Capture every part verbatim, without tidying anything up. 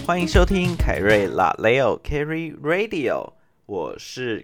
欢迎收听凯瑞拉雷欧 Carry Radio， 我是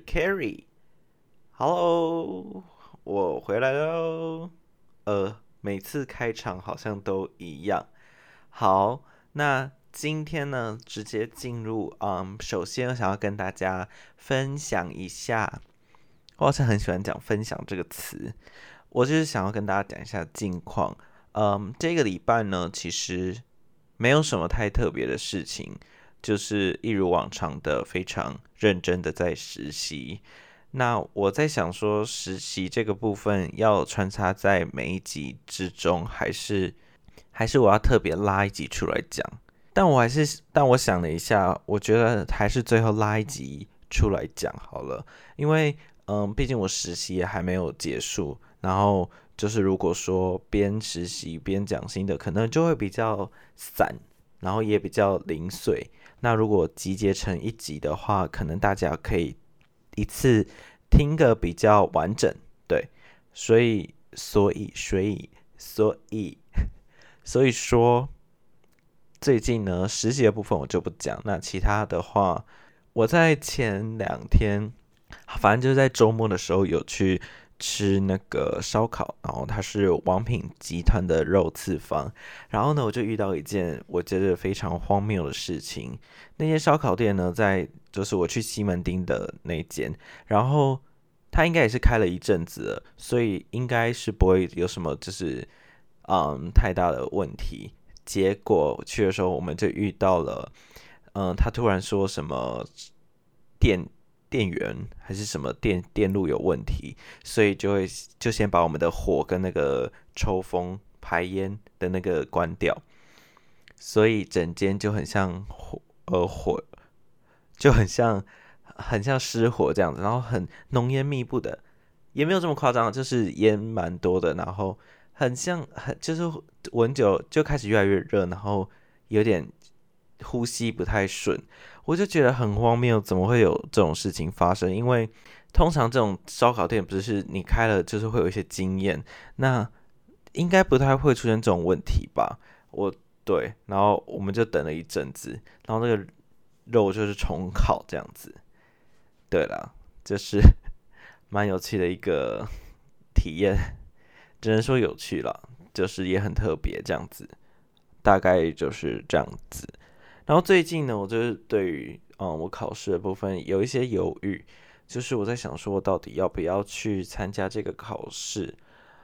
Carry。Hello， 我回来喽。呃，每次开场好像都一样。好，那今天呢，直接进入，嗯，首先我想要跟大家分享一下，我好像很喜欢讲分享这个词，我就是想要跟大家讲一下近况。嗯，这个礼拜呢，其实没有什么太特别的事情，就是一如往常的非常认真的在实习。那我在想说，实习这个部分要穿插在每一集之中，还是还是我要特别拉一集出来讲？但我还是，但我想了一下，我觉得还是最后拉一集出来讲好了，因为嗯，毕竟我实习也还没有结束，然后就是如果说边实习边讲新的，可能就会比较散，然后也比较零碎。那如果集结成一集的话，可能大家可以一次听个比较完整，对，所以所以所以所以所以说，最近呢实习的部分我就不讲，那其他的话，我在前两天，反正就是在周末的时候有去吃那个烧烤，然后它是王品集团的肉刺坊，然后呢我就遇到一件我觉得非常荒谬的事情，那间烧烤店呢在就是我去西门町的那间，然后它应该也是开了一阵子了，所以应该是不会有什么就是嗯太大的问题。结果去的时候我们就遇到了，嗯，他突然说什么电电源还是什么电电路有问题，所以就会就先把我们的火跟那个抽风排烟的那个关掉，所以整间就很像火呃火就很像很像失火这样子，然后很浓烟密布的，也没有这么夸张，就是烟蛮多的，然后很像很就是闻久就开始越来越热，然后有点呼吸不太顺，我就觉得很荒谬，怎么会有这种事情发生？因为通常这种烧烤店不是你开了就是会有一些经验，那应该不太会出现这种问题吧？我对，然后我们就等了一阵子，然后那个肉就是重烤这样子。对啦，就是蛮有趣的一个体验，只能说有趣啦，就是也很特别这样子，大概就是这样子。然后最近呢，我就是对于嗯我考试的部分有一些犹豫，就是我在想说，我到底要不要去参加这个考试？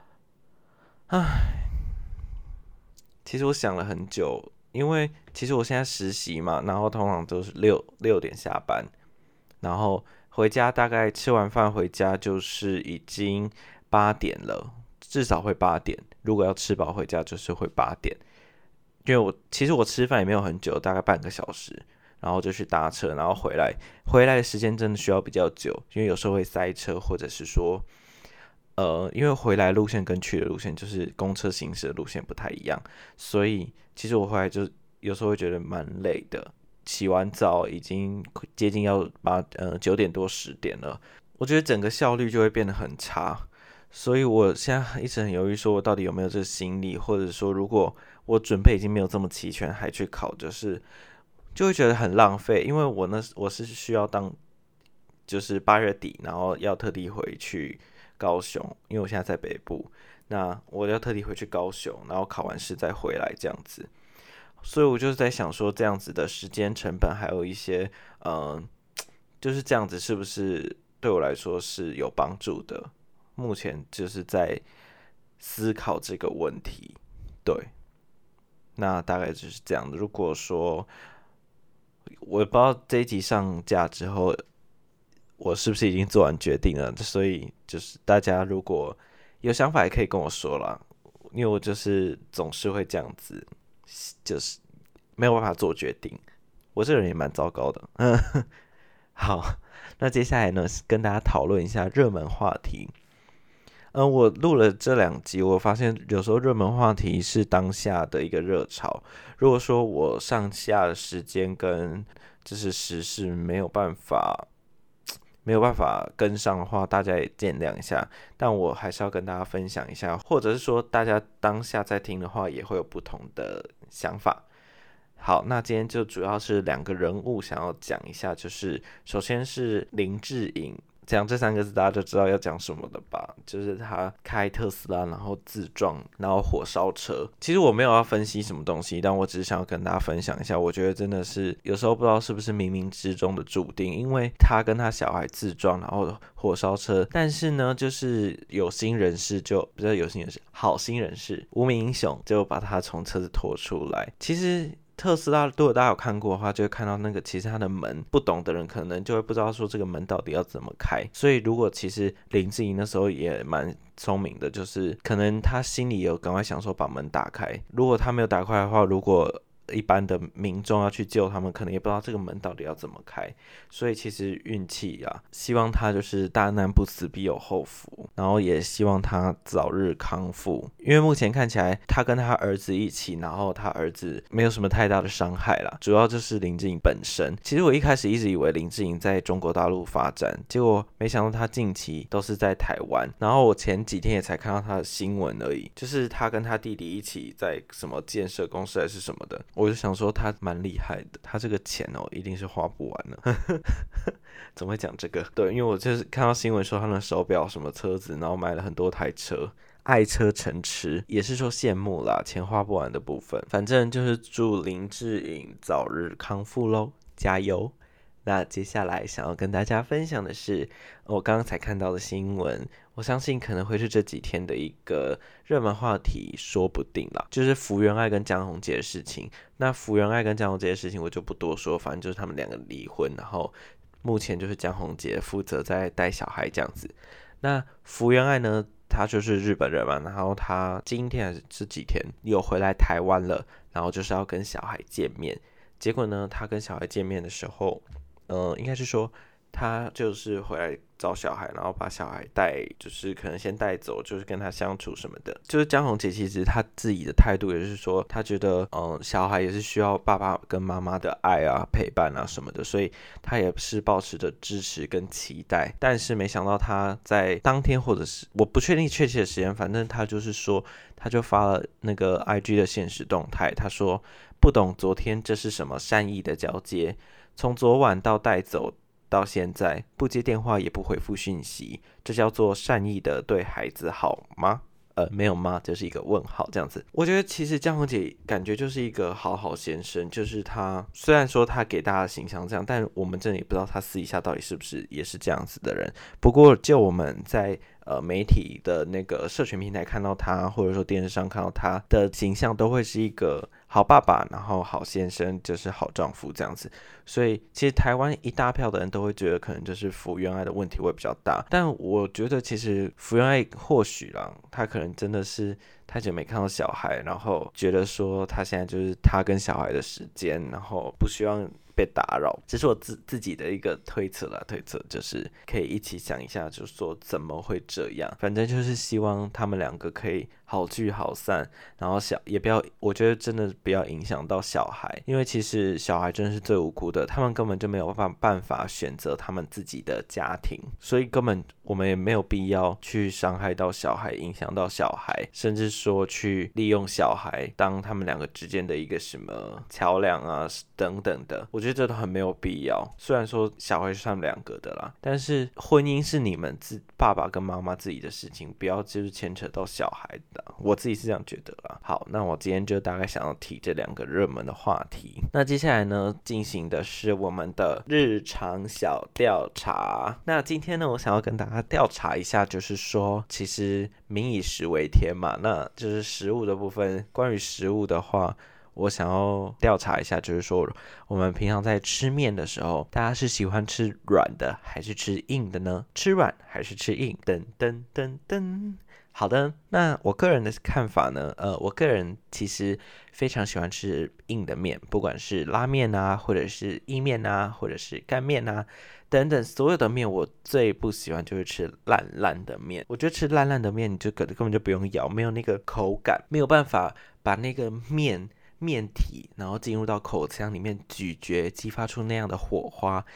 唉，其实我想了很久，因为其实我现在实习嘛，然后通常都是六六点下班，然后回家大概吃完饭回家就是已经八点了，至少会八点。如果要吃饱回家就是会八点，因为我其实我吃饭也没有很久，大概半个小时，然后就去搭车，然后回来，回来的时间真的需要比较久，因为有时候会塞车，或者是说，呃，因为回来路线跟去的路线就是公车行驶的路线不太一样，所以其实我回来就有时候会觉得蛮累的。洗完澡已经接近要八呃九点多十点了，我觉得整个效率就会变得很差。所以我现在一直很犹豫，说我到底有没有这个心力，或者说如果我准备已经没有这么齐全，还去考，就是就会觉得很浪费。因为我呢，我是需要当就是八月底，然后要特地回去高雄，因为我现在在北部，那我要特地回去高雄，然后考完试再回来这样子。所以我就是在想说，这样子的时间成本，还有一些嗯、呃就是这样子是不是对我来说是有帮助的？目前就是在思考这个问题。对，那大概就是这样的。如果说我不知道这一集上架之后，我是不是已经做完决定了？所以就是大家如果有想法，也可以跟我说啦，因为我就是总是会这样子，就是没有办法做决定。我这个人也蛮糟糕的。嗯，好，那接下来呢，跟大家讨论一下热门话题。嗯，我录了这两集，我发现有时候热门话题是当下的一个热潮。如果说我上下的时间跟就是时事没有办法没有办法跟上的话，大家也见谅一下。但我还是要跟大家分享一下，或者是说大家当下在听的话，也会有不同的想法。 好，那今天就主要是两个人物想要讲一下，就是首先是林志颖。讲这三个字大家就知道要讲什么了吧，就是他开特斯拉然后自撞然后火烧车。其实我没有要分析什么东西，但我只是想要跟大家分享一下，我觉得真的是有时候不知道是不是冥冥之中的注定，因为他跟他小孩自撞然后火烧车，但是呢就是有心人士就不是有心人士好心人士无名英雄就把他从车子拖出来。其实特斯拉如果大家有看过的话，就会看到那个其实它的门，不懂的人可能就会不知道说这个门到底要怎么开。所以如果其实林志颖那时候也蛮聪明的，就是可能他心里有赶快想说把门打开。如果他没有打开的话，如果一般的民众要去救他们，可能也不知道这个门到底要怎么开。所以其实运气啊，希望他就是大难不死必有后福，然后也希望他早日康复。因为目前看起来他跟他儿子一起，然后他儿子没有什么太大的伤害啦，主要就是林志颖本身。其实我一开始一直以为林志颖在中国大陆发展，结果没想到他近期都是在台湾。然后我前几天也才看到他的新闻而已，就是他跟他弟弟一起在什么建设公司还是什么的，我就想说他蛮厉害的，他这个钱哦一定是花不完了。怎么会讲这个？对，因为我就是看到新闻说他的手表什么车子，然后买了很多台车，爱车成痴，也是说羡慕啦，钱花不完的部分。反正就是祝林志颖早日康复咯，加油！那接下来想要跟大家分享的是我刚刚才看到的新闻，我相信可能会是这几天的一个热门话题，说不定啦，就是福原爱跟江宏杰的事情。那福原爱跟江宏杰的事情我就不多说，反正就是他们两个离婚，然后目前就是江宏杰负责在带小孩这样子。那福原爱呢，他就是日本人嘛，然后他今天还是这几天有回来台湾了，然后就是要跟小孩见面。结果呢，他跟小孩见面的时候，呃，应该是说他就是回来找小孩，然后把小孩带，就是可能先带走，就是跟他相处什么的。就是江宏杰其实他自己的态度也是说，他觉得嗯、呃，小孩也是需要爸爸跟妈妈的爱啊、陪伴啊什么的，所以他也是抱持着支持跟期待。但是没想到他在当天或者是我不确定确切的时间，反正他就是说，他就发了那个 I G 的限时动态，他说不懂昨天这是什么善意的交接。从昨晚到带走到现在，不接电话也不回复讯息，这叫做善意的对孩子好吗？呃，没有吗？这是一个问号，这样子。我觉得其实江宏杰感觉就是一个好好先生，就是他虽然说他给大家的形象这样，但我们真的也不知道他私底下到底是不是也是这样子的人。不过就我们在呃媒体的那个社群平台看到他，或者说电视上看到他的形象，都会是一个好爸爸，然后好先生，就是好丈夫这样子。所以其实台湾一大票的人都会觉得可能就是福原爱的问题会比较大，但我觉得其实福原爱或许啦，他可能真的是太久没看到小孩，然后觉得说他现在就是他跟小孩的时间，然后不希望被打扰，这是我自自己的一个推测啦，推测就是可以一起想一下，就是说怎么会这样。反正就是希望他们两个可以好聚好散，然后小也不要，我觉得真的不要影响到小孩，因为其实小孩真的是最无辜的，他们根本就没有办法选择他们自己的家庭，所以根本我们也没有必要去伤害到小孩，影响到小孩，甚至说去利用小孩当他们两个之间的一个什么桥梁啊等等的，我觉得这都很没有必要。虽然说小孩是他们两个的啦，但是婚姻是你们自爸爸跟妈妈自己的事情，不要就是牵扯到小孩的，我自己是这样觉得啦。好，那我今天就大概想要提这两个热门的话题。那接下来呢，进行的是我们的日常小调查。那今天呢，我想要跟大家调查一下，就是说，其实民以食为天嘛，那就是食物的部分。关于食物的话，我想要调查一下，就是说我们平常在吃面的时候，大家是喜欢吃软的还是吃硬的呢？吃软还是吃硬？噔噔噔噔。好的，那我个人的看法呢，呃，我个人其实非常喜欢吃硬的面，不管是拉面啊，或者是意面啊，或者是干面啊，等等，所有的面我最不喜欢就是吃烂烂的面。我觉得吃烂烂的面，你就根本就不用咬，没有那个口感，没有办法把那个面面体，然后进入到口腔里面咀嚼，激发出那样的火花。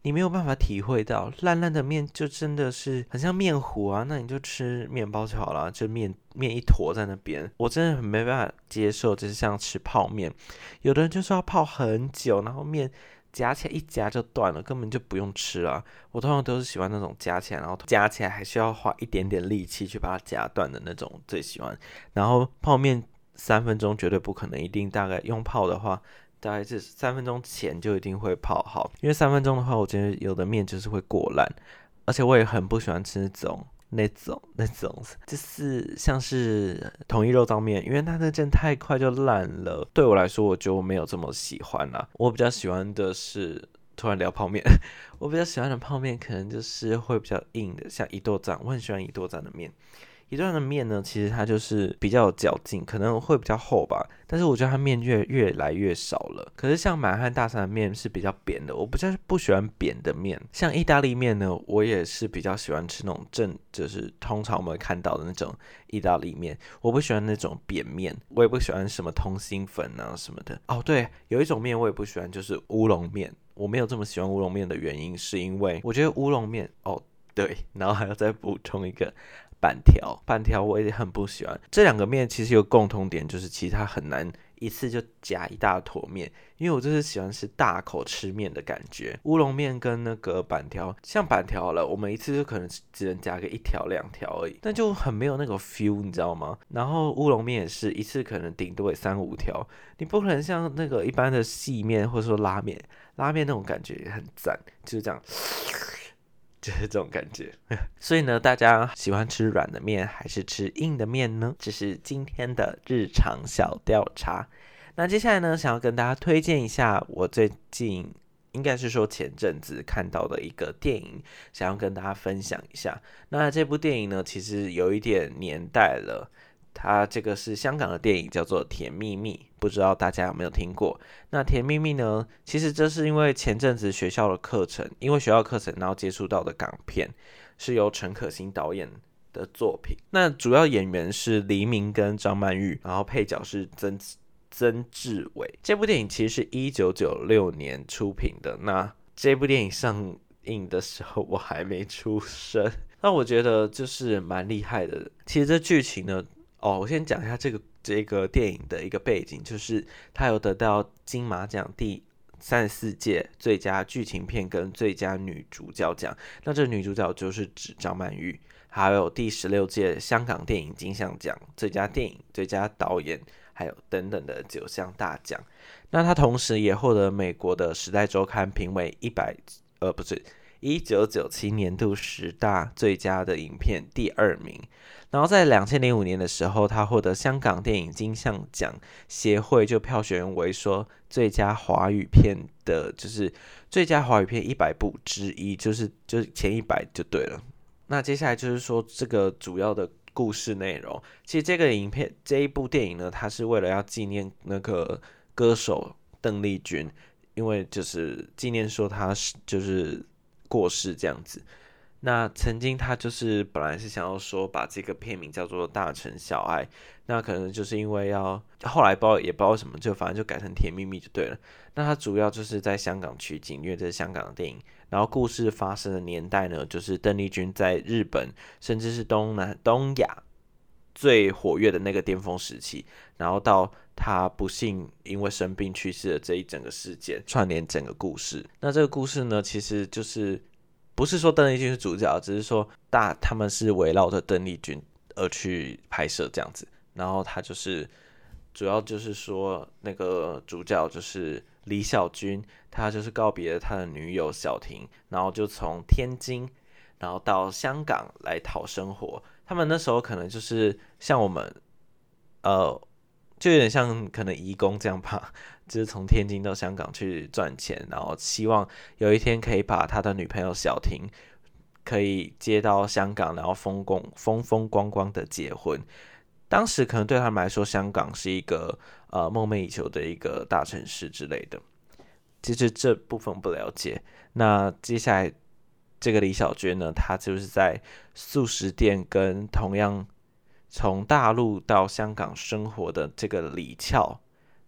你没有办法体会到烂烂的面就真的是很像面糊啊，那你就吃面包就好了，就面面一坨在那边，我真的很没办法接受，就是像吃泡面，有的人就说要泡很久，然后面夹起来一夹就断了，根本就不用吃了。我通常都是喜欢那种夹起来，然后夹起来还需要花一点点力气去把它夹断的那种，最喜欢。然后泡面三分钟绝对不可能，一定大概用泡的话。大概是三分钟前就一定会泡好，因为三分钟的话，我觉得有的面就是会过烂，而且我也很不喜欢吃那种那种那种，就是像是统一肉燥面，因为它那真的太快就烂了。对我来说，我就没有这么喜欢啦。我比较喜欢的是，突然聊泡面，我比较喜欢的泡面可能就是会比较硬的，像一豆赞，我很喜欢一豆赞的面。一段的面呢，其实它就是比较有嚼劲，可能会比较厚吧，但是我觉得它面越越来越少了。可是像满汉大餐的面是比较扁的，我比较不喜欢扁的面。像意大利面呢，我也是比较喜欢吃那种正，就是通常我们看到的那种意大利面，我不喜欢那种扁面，我也不喜欢什么通心粉啊什么的。哦，对，有一种面我也不喜欢，就是乌龙面。我没有这么喜欢乌龙面的原因，是因为我觉得乌龙面，哦对，然后还要再补充一个。板条，板条我也很不喜欢。这两个面其实有共同点，就是其实它很难一次就夹一大坨面，因为我就是喜欢吃大口吃面的感觉。乌龙面跟那个板条，像板条了，我们一次就可能只能夹个一条两条而已，但就很没有那个 feel， 你知道吗？然后乌龙面也是一次可能顶多三五条，你不可能像那个一般的细面或者说拉面，拉面那种感觉也很赞，就是这样。就是这种感觉，所以呢，大家喜欢吃软的面还是吃硬的面呢？这是今天的日常小调查。那接下来呢，想要跟大家推荐一下我最近应该是说前阵子看到的一个电影，想要跟大家分享一下。那这部电影呢，其实有一点年代了。它这个是香港的电影，叫做《甜蜜蜜》，不知道大家有没有听过？那《甜蜜蜜》呢，其实这是因为前阵子学校的课程，因为学校课程，然后接触到的港片，是由陈可辛导演的作品。那主要演员是黎明跟张曼玉，然后配角是曾曾志伟。这部电影其实是一九九六年出品的。那这部电影上映的时候，我还没出生。那我觉得就是蛮厉害的。其实这剧情呢。哦，我先讲一下这个这个电影的一个背景，就是它有得到金马奖第三十四届最佳剧情片跟最佳女主角奖。那这女主角就是指张曼玉，还有第十六届香港电影金像奖最佳电影、最佳导演，还有等等的九项大奖。那她同时也获得美国的《时代周刊》评为一百呃不是一九九七年度十大最佳的影片第二名。然后在二零零五年的时候，他获得香港电影金像奖协会就票选为说最佳华语片的，就是最佳华语片一百部之一，就是就是前一百就对了。那接下来就是说这个主要的故事内容，其实这个影片这一部电影呢，它是为了要纪念那个歌手邓丽君，因为就是纪念说他是就是过世这样子。那曾经他就是本来是想要说把这个片名叫做《大城小爱》，那可能就是因为要后来不知道也不知道什么，就反正就改成《甜蜜蜜》就对了。那它主要就是在香港取景，因为这是香港的电影。然后故事发生的年代呢，就是邓丽君在日本甚至是东南东亚最活跃的那个巅峰时期，然后到她不幸因为生病去世的这一整个事件，串联整个故事。那这个故事呢，其实就是不是说邓丽君是主角，只是说大他们是围绕着邓丽君而去拍摄这样子。然后他就是主要就是说那个主角就是李小军，他就是告别了他的女友小婷，然后就从天津然后到香港来讨生活。他们那时候可能就是像我们呃就有点像可能移工这样吧，就是从天津到香港去赚钱，然后希望有一天可以把他的女朋友小婷可以接到香港，然后风光风风光光的结婚。当时可能对他们来说，香港是一个呃梦寐以求的一个大城市之类的。其实这部分不了解。那接下来这个李小娟呢，她就是在素食店跟同样从大陆到香港生活的这个李俏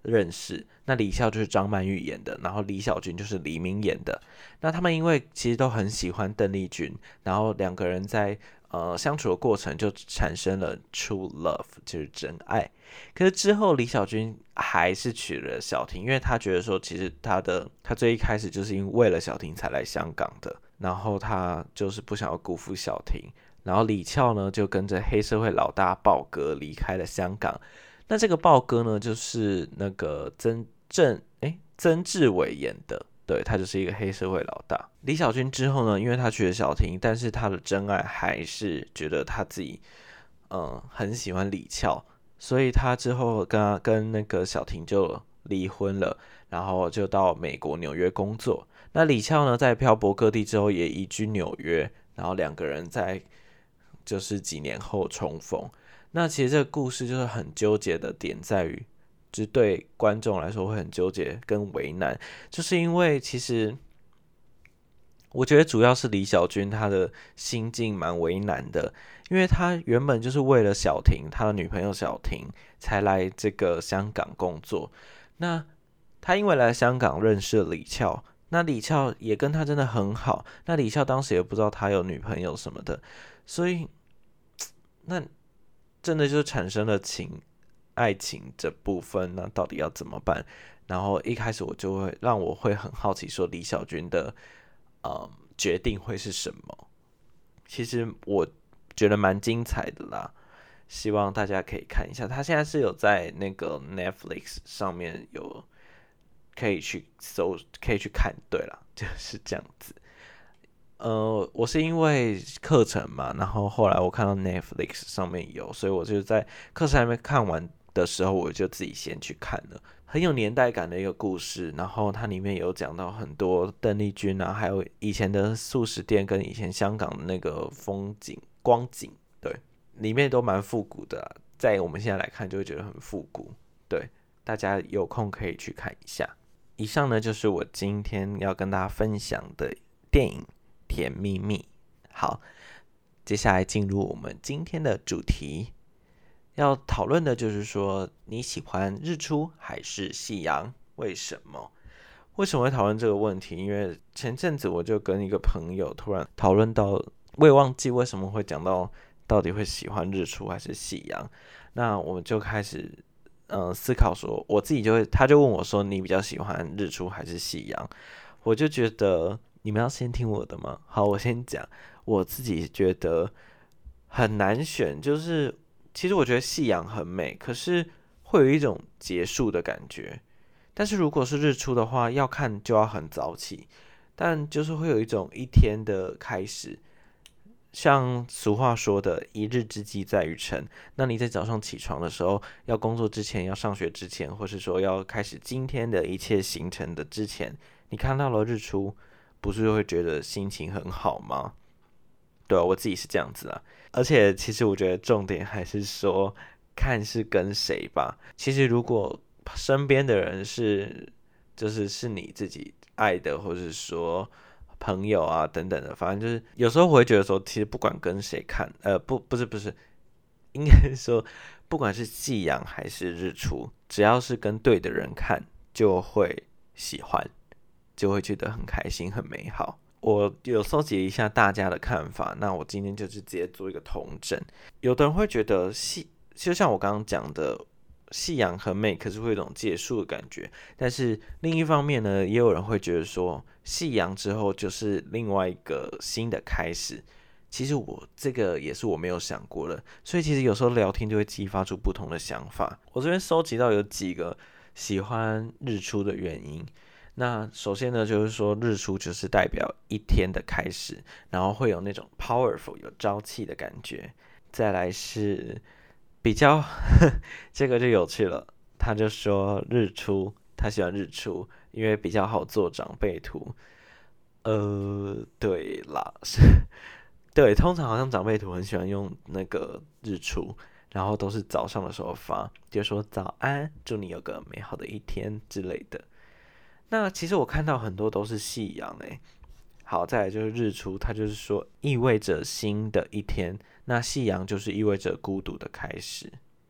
认识。那李孝就是张曼玉演的，然后李小军就是黎明演的。那他们因为其实都很喜欢邓丽君，然后两个人在呃相处的过程就产生了 true love， 就是真爱。可是之后李小军还是娶了小婷，因为他觉得说，其实他的他最一开始就是因为了小婷才来香港的，然后他就是不想要辜负小婷。然后李翘呢就跟着黑社会老大豹哥离开了香港。那这个豹哥呢，就是那个曾郑哎曾志伟演的，对，他就是一个黑社会老大。李小军之后呢，因为他娶了小婷，但是他的真爱还是觉得他自己嗯很喜欢李翘，所以他之后跟他跟那个小婷就离婚了，然后就到美国纽约工作。那李翘呢，在漂泊各地之后也移居纽约，然后两个人在就是几年后重逢。那其实这个故事就是很纠结的点在于，就是对观众来说会很纠结跟为难，就是因为其实我觉得主要是李小军他的心境蛮为难的，因为他原本就是为了小婷，他的女朋友小婷才来这个香港工作。那他因为来香港认识了李翘，那李翘也跟他真的很好，那李翘当时也不知道他有女朋友什么的，所以那真的就产生了情爱情这部分，那到底要怎么办？然后一开始我就会让我会很好奇，说李小军的嗯决定会是什么？其实我觉得蛮精彩的啦，希望大家可以看一下。他现在是有在那个 Netflix 上面有可以去搜，可以去看。对啦，就是这样子。呃，我是因为课程嘛，然后后来我看到 Netflix 上面有，所以我就在课程还没看完的时候，我就自己先去看了。很有年代感的一个故事，然后它里面有讲到很多邓丽君啊，还有以前的素食店跟以前香港的那个风景光景，对，里面都蛮复古的啊，在我们现在来看就会觉得很复古，对，大家有空可以去看一下。以上呢就是我今天要跟大家分享的电影甜蜜蜜。好，接下来进入我们今天的主题，要讨论的就是说，你喜欢日出还是夕阳？为什么？为什么会讨论这个问题？因为前阵子我就跟一个朋友突然讨论到，我也忘记为什么会讲到到底会喜欢日出还是夕阳。那我们就开始嗯、呃、思考说，我自己就会，他就问我说，你比较喜欢日出还是夕阳？我就觉得你们要先听我的吗？好，我先讲，我自己觉得很难选，就是其实我觉得夕阳很美，可是会有一种结束的感觉。但是如果是日出的话，要看就要很早起，但就是会有一种一天的开始。像俗话说的"一日之计在于晨"，那你在早上起床的时候，要工作之前，要上学之前，或是说要开始今天的一切行程的之前，你看到了日出，不是会觉得心情很好吗？对啊，我自己是这样子啊。而且其实我觉得重点还是说，看是跟谁吧。其实如果身边的人是，就是是你自己爱的，或者说朋友啊等等的，反正就是有时候我会觉得说，其实不管跟谁看，呃，不，不是不是，应该说不管是夕阳还是日出，只要是跟对的人看，就会喜欢，就会觉得很开心、很美好。我有搜集一下大家的看法，那我今天就是直接做一个统整。有的人会觉得夕，就像我刚刚讲的，夕阳很美，可是会有一种结束的感觉。但是另一方面呢，也有人会觉得说，夕阳之后就是另外一个新的开始。其实我这个也是我没有想过的，所以其实有时候聊天就会激发出不同的想法。我这边收集到有几个喜欢日出的原因。那首先呢，就是说日出就是代表一天的开始，然后会有那种 powerful 有朝气的感觉。再来是比较这个就有趣了，他就说日出，他喜欢日出，因为比较好做长辈图。呃，对啦，是，对，通常好像长辈图很喜欢用那个日出，然后都是早上的时候发，就说早安，祝你有个美好的一天之类的。那其实我看到很多都是夕阳诶。好，再来就是日出，它就是说意味着新的一天，那夕阳就是意味着孤独的开始。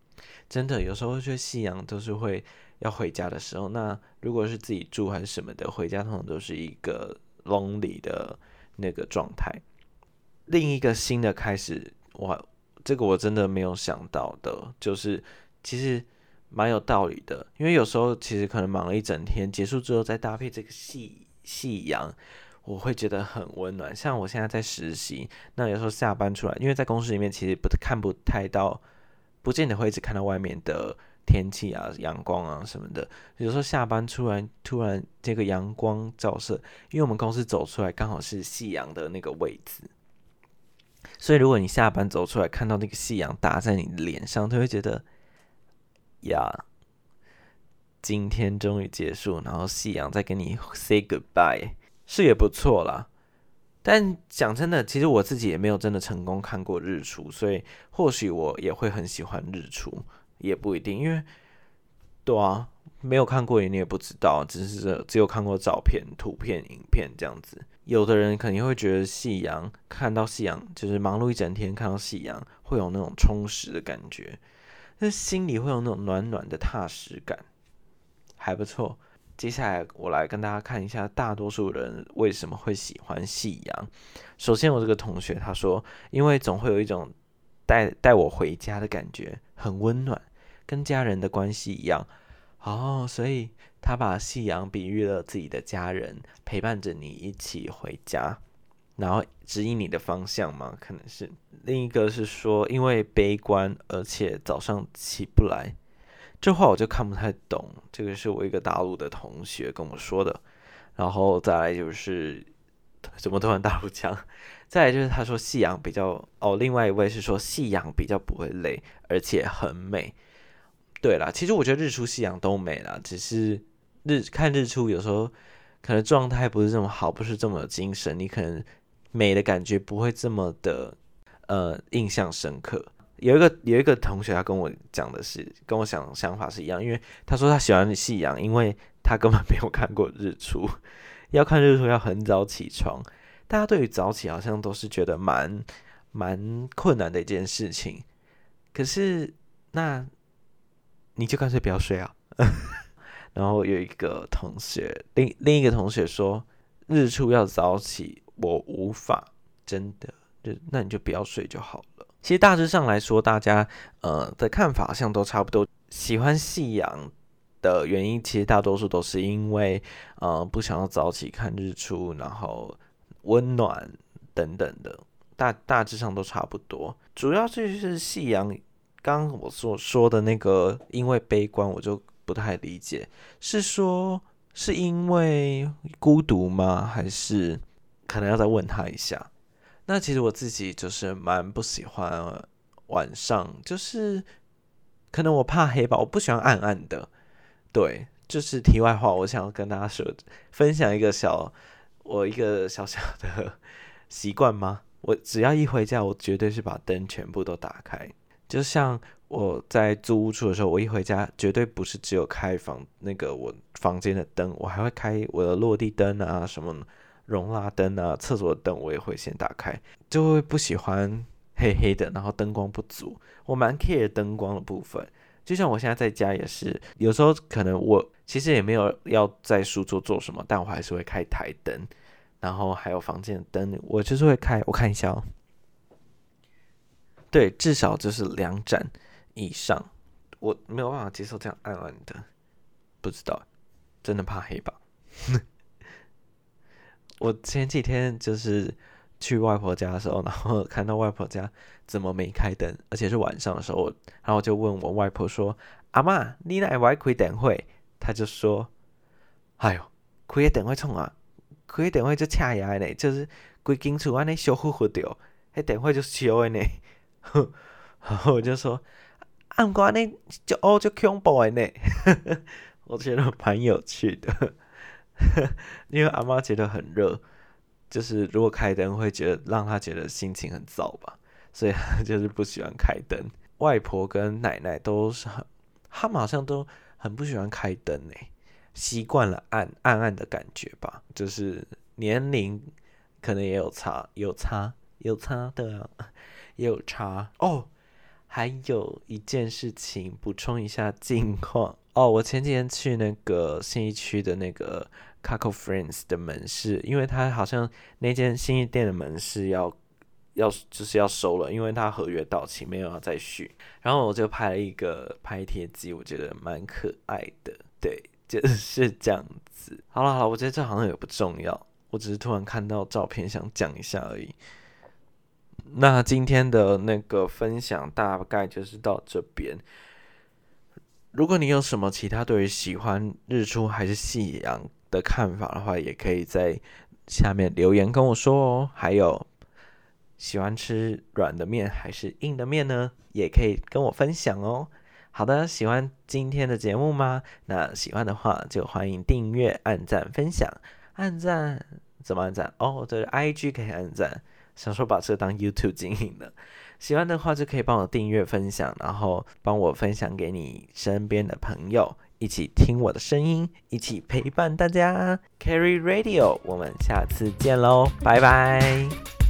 真的有时候觉得夕阳都是会要回家的时候。那如果是自己住还是什么的，回家通常都是一个 lonely 的那个状态。另一个新的开始，我这个我真的没有想到的，就是其实蛮有道理的。因为有时候其实可能忙了一整天，结束之后再搭配这个夕夕阳，我会觉得很温暖。像我现在在实习，那有时候下班出来，因为在公司里面其实不看不太到，不见得会一直看到外面的天气啊、阳光啊什么的。有时候下班出来，突然这个阳光照射，因为我们公司走出来刚好是夕阳的那个位置。所以，如果你下班走出来，看到那个夕阳打在你的脸上，就会觉得呀，今天终于结束，然后夕阳在跟你 say goodbye， 是也不错啦。但讲真的，其实我自己也没有真的成功看过日出，所以或许我也会很喜欢日出，也不一定。因为对啊，没有看过你也不知道，只是只有看过照片、图片、影片这样子。有的人肯定会觉得夕阳，看到夕阳就是忙碌一整天，看到夕阳会有那种充实的感觉，但心里会有那种暖暖的踏实感，还不错。接下来我来跟大家看一下，大多数人为什么会喜欢夕阳。首先，我这个同学他说，因为总会有一种带带我回家的感觉，很温暖，跟家人的关系一样。哦，所以他把夕阳比喻了自己的家人，陪伴着你一起回家，然后指引你的方向嘛，可能是。另一个是说，因为悲观，而且早上起不来。这话我就看不太懂，这个是我一个大陆的同学跟我说的。然后再来就是怎么突然大陆腔？再来就是他说夕阳比较哦，另外一位是说夕阳比较不会累，而且很美。对啦，其实我觉得日出夕阳都美啦，只是日看日出有时候可能状态不是这么好，不是这么有精神，你可能美的感觉不会这么的呃印象深刻。有一个有一个同学他跟我讲的是，跟我想想法是一样，因为他说他喜欢夕阳，因为他根本没有看过日出，要看日出要很早起床。大家对于早起好像都是觉得蛮蛮困难的一件事情，可是那你就干脆不要睡啊。然后有一个同学，另另一个同学说，日出要早起，我无法，真的，就那你就不要睡就好了。其实大致上来说，大家呃的看法好像都差不多。喜欢夕阳的原因，其实大多数都是因为呃不想要早起看日出，然后温暖等等的，大大致上都差不多。主要就是夕阳。刚刚我所说的那个，因为悲观，我就不太理解，是说是因为孤独吗？还是可能要再问他一下？那其实我自己就是蛮不喜欢晚上，就是可能我怕黑吧，我不喜欢暗暗的。对，就是题外话，我想要跟大家说，分享一个小我一个小小的习惯吗？我只要一回家，我绝对是把灯全部都打开。就像我在租屋处的时候，我一回家绝对不是只有开房那个我房间的灯，我还会开我的落地灯啊，什么容蜡灯啊，厕所的灯我也会先打开，就会不喜欢黑黑的，然后灯光不足，我蛮 care 灯光的部分。就像我现在在家也是，有时候可能我其实也没有要在书桌做什么，但我还是会开台灯，然后还有房间的灯，我就是会开，我看一下哦。对，至少就是两盏以上，我没有办法接受这样暗暗的，不知道，真的怕黑吧？我前几天就是去外婆家的时候，然后看到外婆家怎么没开灯，而且是晚上的时候，然后我就问我外婆说：“阿嬷，你哪会开灯会？”她就说：“哎呦，开灯会创啊？开灯会就恰牙呢，就是规间厝安尼烧乎乎掉，迄灯会就烧的呢。”然后我就说，啊，不过那就哦就恐怖的呢，我觉得蛮有趣的，因为阿妈觉得很热，就是如果开灯会觉得让她觉得心情很燥吧，所以她就是不喜欢开灯。外婆跟奶奶都是很，他们好像都很不喜欢开灯诶，习惯了暗暗暗的感觉吧，就是年龄可能也有差，有差，有差的、啊，也有差哦。 还有一件事情补充一下近况哦，我前几天去那个信义区的那个 Coco Friends 的门市，因为他好像那间信义店的门市要要就是要收了，因为他合约到期没有要再续，然后我就拍了一个拍贴机，我觉得蛮可爱的，对，就是这样子。好了好了，我觉得这好像也不重要，我只是突然看到照片想讲一下而已。那今天的那个分享大概就是到这边。如果你有什么其他对于喜欢日出还是夕阳的看法的话，也可以在下面留言跟我说哦。还有喜欢吃软的面还是硬的面呢？也可以跟我分享哦。好的，喜欢今天的节目吗？那喜欢的话就欢迎订阅、按赞、分享。按赞怎么按赞？哦，对 ，I G 可以按赞。想说把这当 YouTube 经营的，喜欢的话就可以帮我订阅、分享，然后帮我分享给你身边的朋友，一起听我的声音，一起陪伴大家。Carry Radio， 我们下次见喽，拜拜。